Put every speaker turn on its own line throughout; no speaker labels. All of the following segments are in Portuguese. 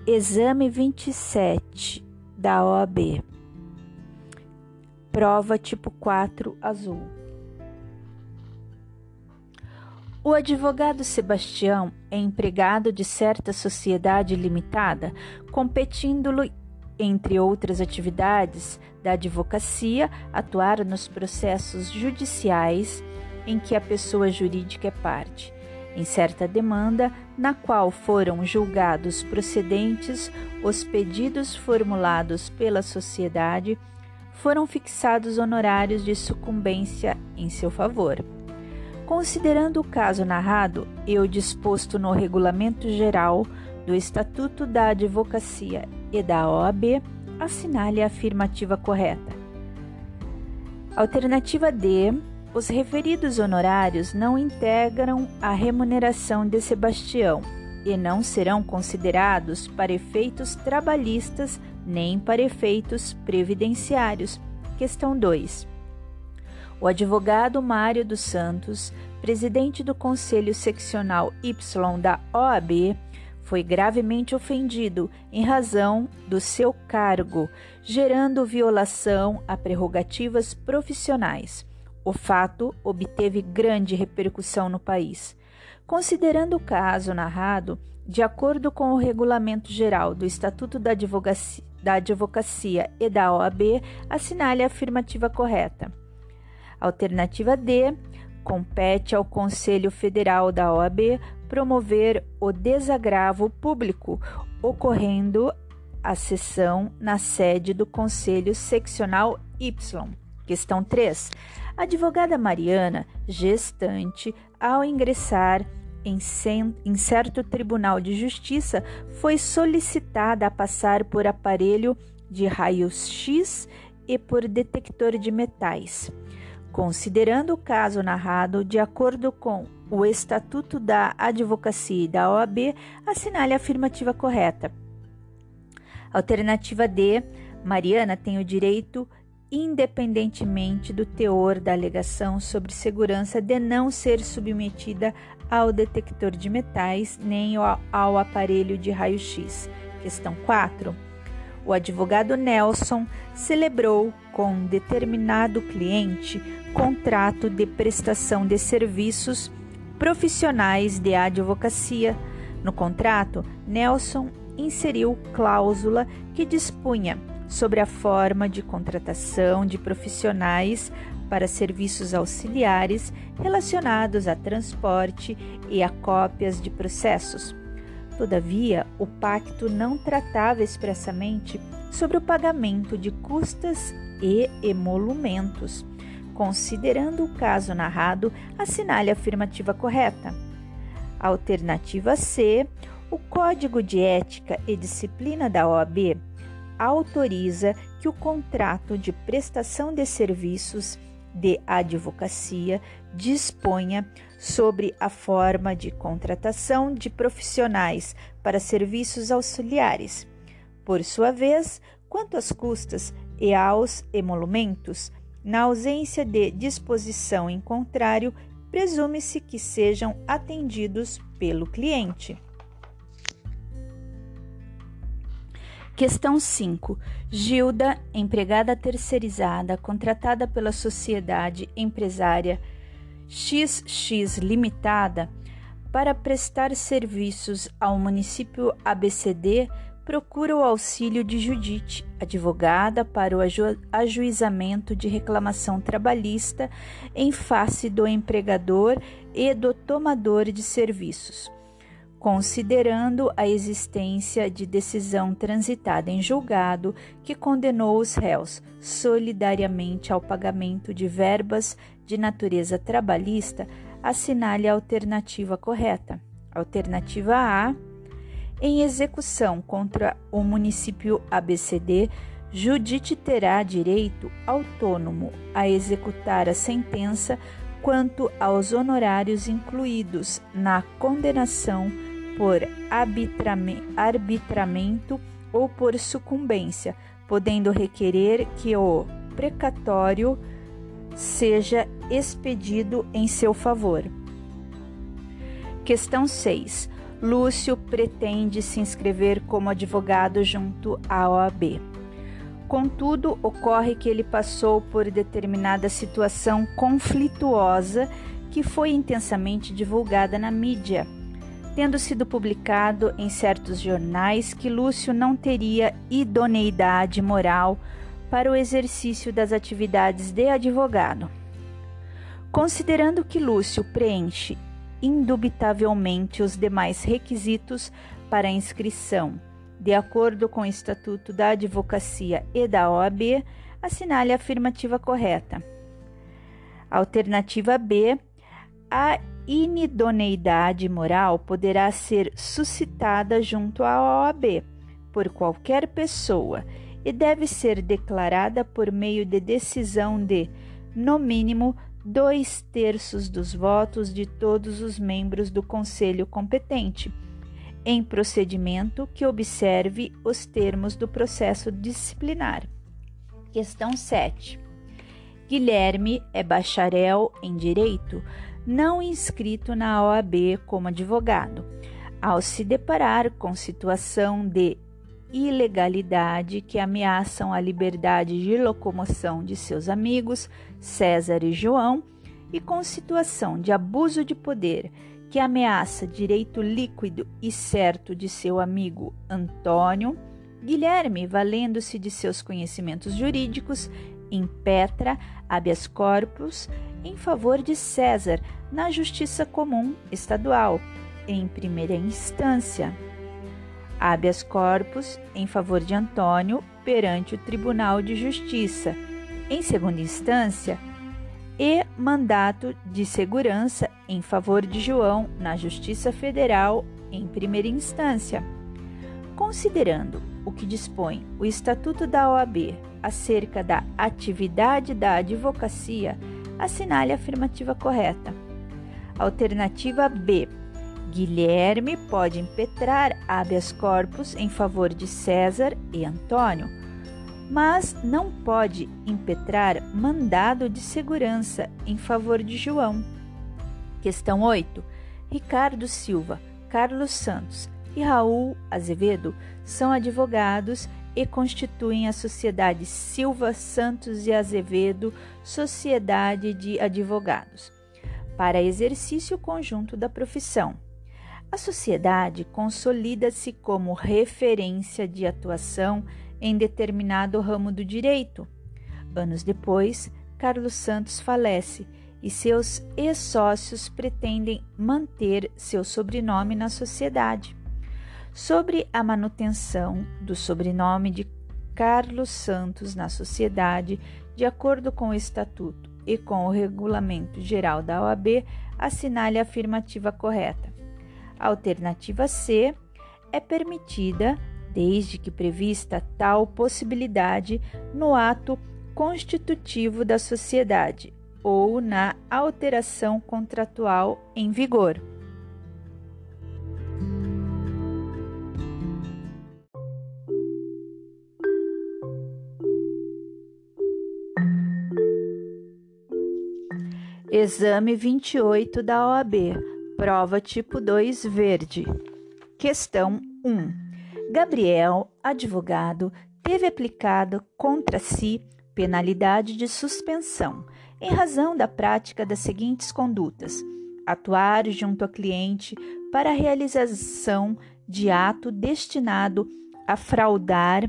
Exame 27 da OAB. Prova tipo 4 azul. O advogado Sebastião é empregado de certa sociedade limitada, competindo-lhe, entre outras atividades da advocacia, atuar nos processos judiciais em que a pessoa jurídica é parte, em certa demanda, na qual foram julgados procedentes os pedidos formulados pela sociedade, foram fixados honorários de sucumbência em seu favor. Considerando o caso narrado e o disposto no Regulamento Geral do Estatuto da Advocacia e da OAB, assinale a afirmativa correta. Alternativa D. Os referidos honorários não integram a remuneração de Sebastião e não serão considerados para efeitos trabalhistas nem para efeitos previdenciários. Questão 2. O advogado Mário dos Santos, presidente do Conselho Seccional Y da OAB, foi gravemente ofendido em razão do seu cargo, gerando violação a prerrogativas profissionais. O fato obteve grande repercussão no país. Considerando o caso narrado, de acordo com o Regulamento Geral do Estatuto da Advocacia e da OAB, assinale a afirmativa correta. Alternativa D. Compete ao Conselho Federal da OAB promover o desagravo público, ocorrendo a sessão na sede do Conselho Seccional Y. Questão 3. A advogada Mariana, gestante, ao ingressar em certo tribunal de justiça, foi solicitada a passar por aparelho de raio-x e por detector de metais. Considerando o caso narrado, de acordo com o Estatuto da Advocacia e da OAB, assinale a afirmativa correta. Alternativa D. Mariana tem o direito, independentemente do teor da alegação sobre segurança, de não ser submetida ao detector de metais nem ao aparelho de raio-x. Questão 4. O advogado Nelson celebrou com determinado cliente contrato de prestação de serviços profissionais de advocacia. No contrato, Nelson inseriu cláusula que dispunha sobre a forma de contratação de profissionais para serviços auxiliares relacionados a transporte e a cópias de processos. Todavia, o pacto não tratava expressamente sobre o pagamento de custas e emolumentos. Considerando o caso narrado, assinale a afirmativa correta. Alternativa C. O Código de Ética e Disciplina da OAB autoriza que o contrato de prestação de serviços de advocacia disponha sobre a forma de contratação de profissionais para serviços auxiliares. Por sua vez, quanto às custas e aos emolumentos, na ausência de disposição em contrário, presume-se que sejam atendidos pelo cliente. Questão 5. Gilda, empregada terceirizada, contratada pela sociedade empresária XX Limitada para prestar serviços ao município ABCD, procura o auxílio de Judite, advogada para o ajuizamento de reclamação trabalhista em face do empregador e do tomador de serviços. Considerando a existência de decisão transitada em julgado que condenou os réus solidariamente ao pagamento de verbas de natureza trabalhista, assinale a alternativa correta. Alternativa A. Em execução contra o município ABCD, Judite terá direito autônomo a executar a sentença quanto aos honorários incluídos na condenação por arbitramento ou por sucumbência, podendo requerer que o precatório seja expedido em seu favor. Questão 6. Lúcio pretende se inscrever como advogado junto à OAB. Contudo, ocorre que ele passou por determinada situação conflituosa que foi intensamente divulgada na mídia, tendo sido publicado em certos jornais que Lúcio não teria idoneidade moral para o exercício das atividades de advogado. Considerando que Lúcio preenche indubitavelmente os demais requisitos para a inscrição, de acordo com o Estatuto da Advocacia e da OAB, assinale a afirmativa correta. Alternativa B. A inidoneidade moral poderá ser suscitada junto à OAB por qualquer pessoa e deve ser declarada por meio de decisão de, no mínimo, 2/3 dos votos de todos os membros do conselho competente, em procedimento que observe os termos do processo disciplinar. Questão 7. Guilherme é bacharel em Direito, não inscrito na OAB como advogado. Ao se deparar com situação de ilegalidade que ameaçam a liberdade de locomoção de seus amigos César e João e com situação de abuso de poder que ameaça direito líquido e certo de seu amigo Antônio, Guilherme, valendo-se de seus conhecimentos jurídicos, impetra habeas corpus em favor de César na Justiça Comum Estadual, em primeira instância. Habeas corpus em favor de Antônio perante o Tribunal de Justiça, em segunda instância, e mandato de segurança em favor de João na Justiça Federal, em primeira instância. Considerando o que dispõe o Estatuto da OAB acerca da atividade da advocacia, assinale a afirmativa correta. Alternativa B. Guilherme pode impetrar habeas corpus em favor de César e Antônio, mas não pode impetrar mandado de segurança em favor de João. Questão 8. Ricardo Silva, Carlos Santos e Raul Azevedo são advogados e constituem a Sociedade Silva, Santos e Azevedo Sociedade de Advogados, para exercício conjunto da profissão. A sociedade consolida-se como referência de atuação em determinado ramo do direito. Anos depois, Carlos Santos falece e seus ex-sócios pretendem manter seu sobrenome na sociedade. Sobre a manutenção do sobrenome de Carlos Santos na sociedade, de acordo com o Estatuto e com o Regulamento Geral da OAB, assinale a afirmativa correta. A alternativa C é permitida desde que prevista tal possibilidade no ato constitutivo da sociedade ou na alteração contratual em vigor. Exame 28 da OAB, prova tipo 2 verde. Questão 1. Gabriel, advogado, teve aplicado contra si penalidade de suspensão, em razão da prática das seguintes condutas: atuar junto ao cliente para a realização de ato destinado a fraudar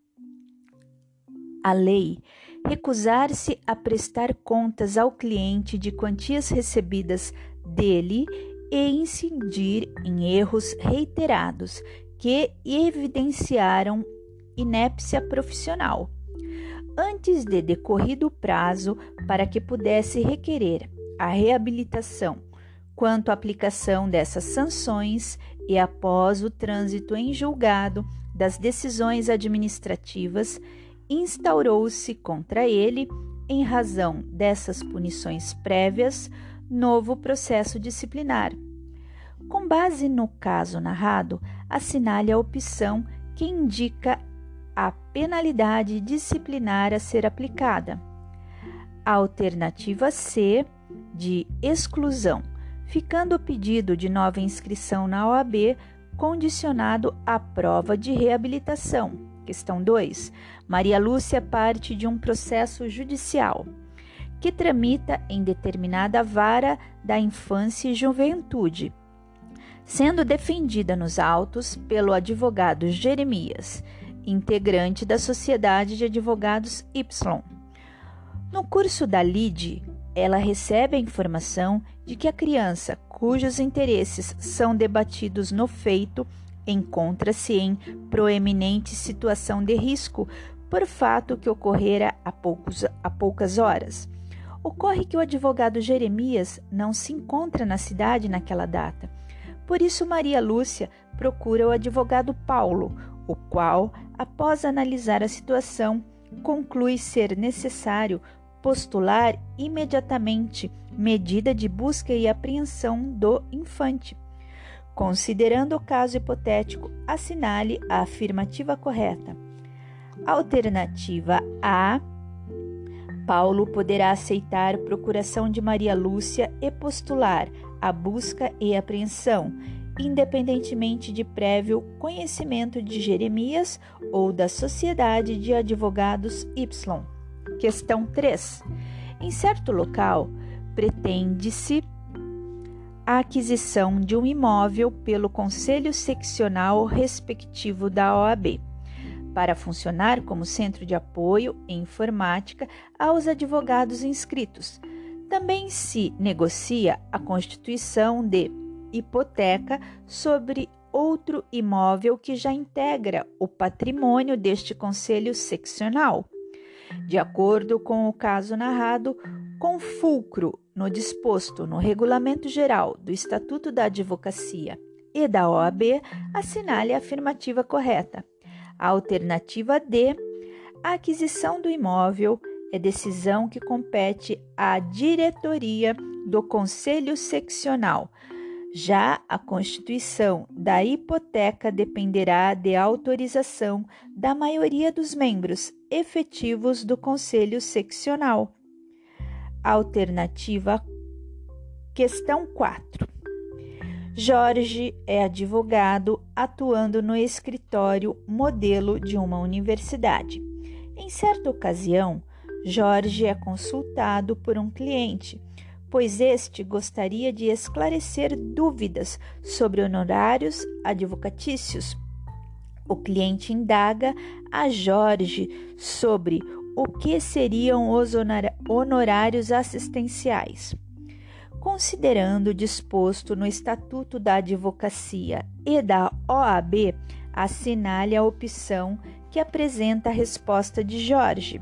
a lei, recusar-se a prestar contas ao cliente de quantias recebidas dele e incidir em erros reiterados que evidenciaram inépcia profissional. Antes de decorrido o prazo para que pudesse requerer a reabilitação quanto à aplicação dessas sanções e após o trânsito em julgado das decisões administrativas, instaurou-se contra ele, em razão dessas punições prévias, novo processo disciplinar. Com base no caso narrado, assinale a opção que indica a penalidade disciplinar a ser aplicada. A alternativa C, de exclusão, ficando o pedido de nova inscrição na OAB condicionado à prova de reabilitação. Questão 2. Maria Lúcia parte de um processo judicial que tramita em determinada vara da infância e juventude, sendo defendida nos autos pelo advogado Jeremias, integrante da Sociedade de Advogados Y. No curso da lide, ela recebe a informação de que a criança, cujos interesses são debatidos no feito, encontra-se em proeminente situação de risco por fato que ocorrera há poucas horas. Ocorre que o advogado Jeremias não se encontra na cidade naquela data. Por isso, Maria Lúcia procura o advogado Paulo, o qual, após analisar a situação, conclui ser necessário postular imediatamente medida de busca e apreensão do infante. Considerando o caso hipotético, assinale a afirmativa correta. Alternativa A. Paulo poderá aceitar procuração de Maria Lúcia e postular a busca e apreensão, independentemente de prévio conhecimento de Jeremias ou da Sociedade de Advogados Y. Questão 3. Em certo local, pretende-se a aquisição de um imóvel pelo Conselho Seccional respectivo da OAB, para funcionar como centro de apoio em informática aos advogados inscritos. Também se negocia a constituição de hipoteca sobre outro imóvel que já integra o patrimônio deste Conselho Seccional. De acordo com o caso narrado, com fulcro no disposto no Regulamento Geral do Estatuto da Advocacia e da OAB, assinale a afirmativa correta. A alternativa D. A aquisição do imóvel é decisão que compete à diretoria do Conselho Seccional. Já a constituição da hipoteca dependerá de autorização da maioria dos membros efetivos do Conselho Seccional. Alternativa questão 4. Jorge é advogado atuando no escritório modelo de uma universidade. Em certa ocasião, Jorge é consultado por um cliente, pois este gostaria de esclarecer dúvidas sobre honorários advocatícios. O cliente indaga a Jorge sobre o que seriam os honorários assistenciais. Considerando o disposto no Estatuto da Advocacia e da OAB, assinale a opção que apresenta a resposta de Jorge.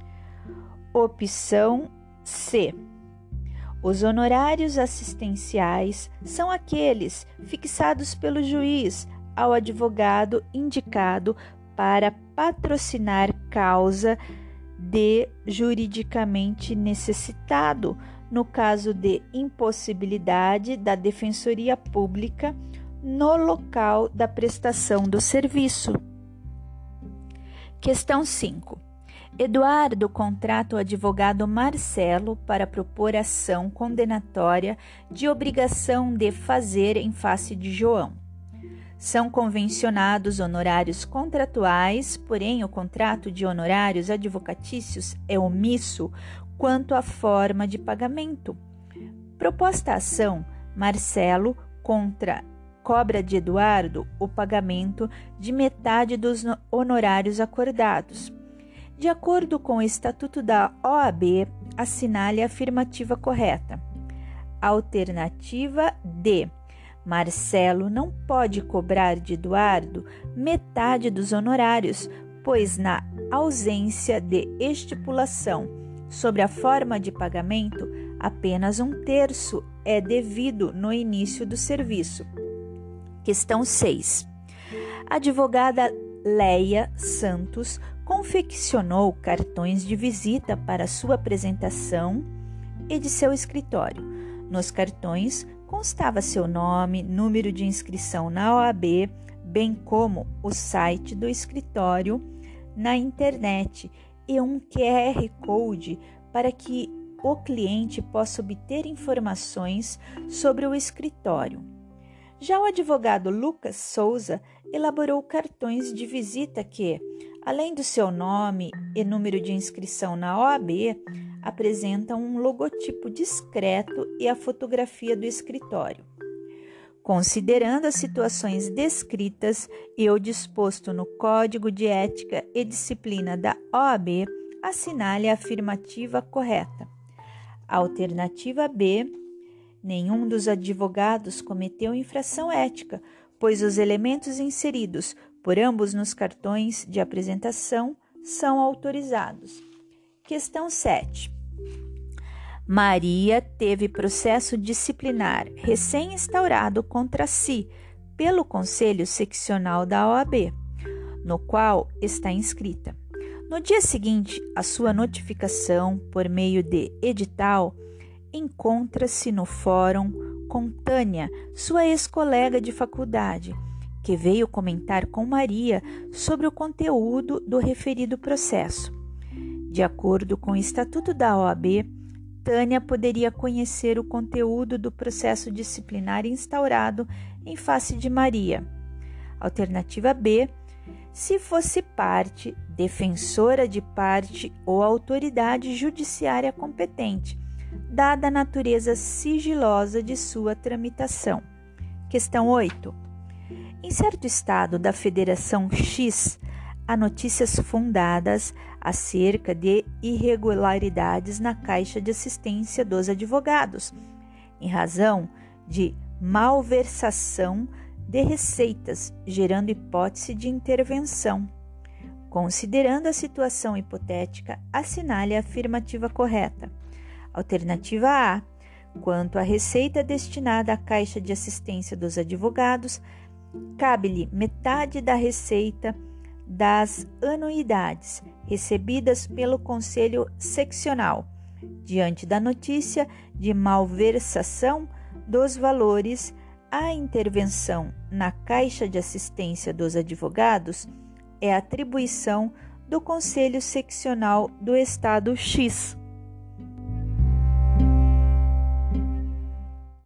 Opção C. Os honorários assistenciais são aqueles fixados pelo juiz ao advogado indicado para patrocinar causa de juridicamente necessitado, no caso de impossibilidade da Defensoria Pública no local da prestação do serviço. Questão 5. Eduardo contrata o advogado Marcelo para propor ação condenatória de obrigação de fazer em face de João. São convencionados honorários contratuais, porém o contrato de honorários advocatícios é omisso quanto à forma de pagamento. Proposta a ação, Marcelo cobra de Eduardo o pagamento de metade dos honorários acordados. De acordo com o Estatuto da OAB, assinale a afirmativa correta. Alternativa D. Marcelo não pode cobrar de Eduardo metade dos honorários, pois na ausência de estipulação sobre a forma de pagamento, apenas 1/3 é devido no início do serviço. Questão 6. A advogada Leia Santos confeccionou cartões de visita para sua apresentação e de seu escritório. Nos cartões constava seu nome, número de inscrição na OAB, bem como o site do escritório na internet e um QR Code o cliente possa obter informações sobre o escritório. Já o advogado Lucas Souza elaborou cartões de visita que, além do seu nome e número de inscrição na OAB, apresentam um logotipo discreto e a fotografia do escritório. Considerando as situações descritas e o disposto no Código de Ética e Disciplina da OAB, assinale a afirmativa correta. Alternativa B. Nenhum dos advogados cometeu infração ética, pois os elementos inseridos por ambos nos cartões de apresentação são autorizados. Questão 7. Maria teve processo disciplinar recém-instaurado contra si pelo Conselho Seccional da OAB, no qual está inscrita. No dia seguinte, a sua notificação por meio de edital encontra-se no fórum com Tânia, sua ex-colega de faculdade, que veio comentar com Maria sobre o conteúdo do referido processo. De acordo com o Estatuto da OAB, Tânia poderia conhecer o conteúdo do processo disciplinar instaurado em face de Maria. Alternativa B. Se fosse parte, defensora de parte ou autoridade judiciária competente, dada a natureza sigilosa de sua tramitação. Questão 8. Em certo estado da Federação X, há notícias fundadas acerca de irregularidades na Caixa de Assistência dos Advogados, em razão de malversação de receitas, gerando hipótese de intervenção. Considerando a situação hipotética, assinale a afirmativa correta. Alternativa A. Quanto à receita destinada à Caixa de Assistência dos Advogados, cabe-lhe metade da receita das anuidades recebidas pelo Conselho Seccional, diante da notícia de malversação dos valores. A intervenção na Caixa de Assistência dos Advogados é atribuição do Conselho Seccional do Estado X.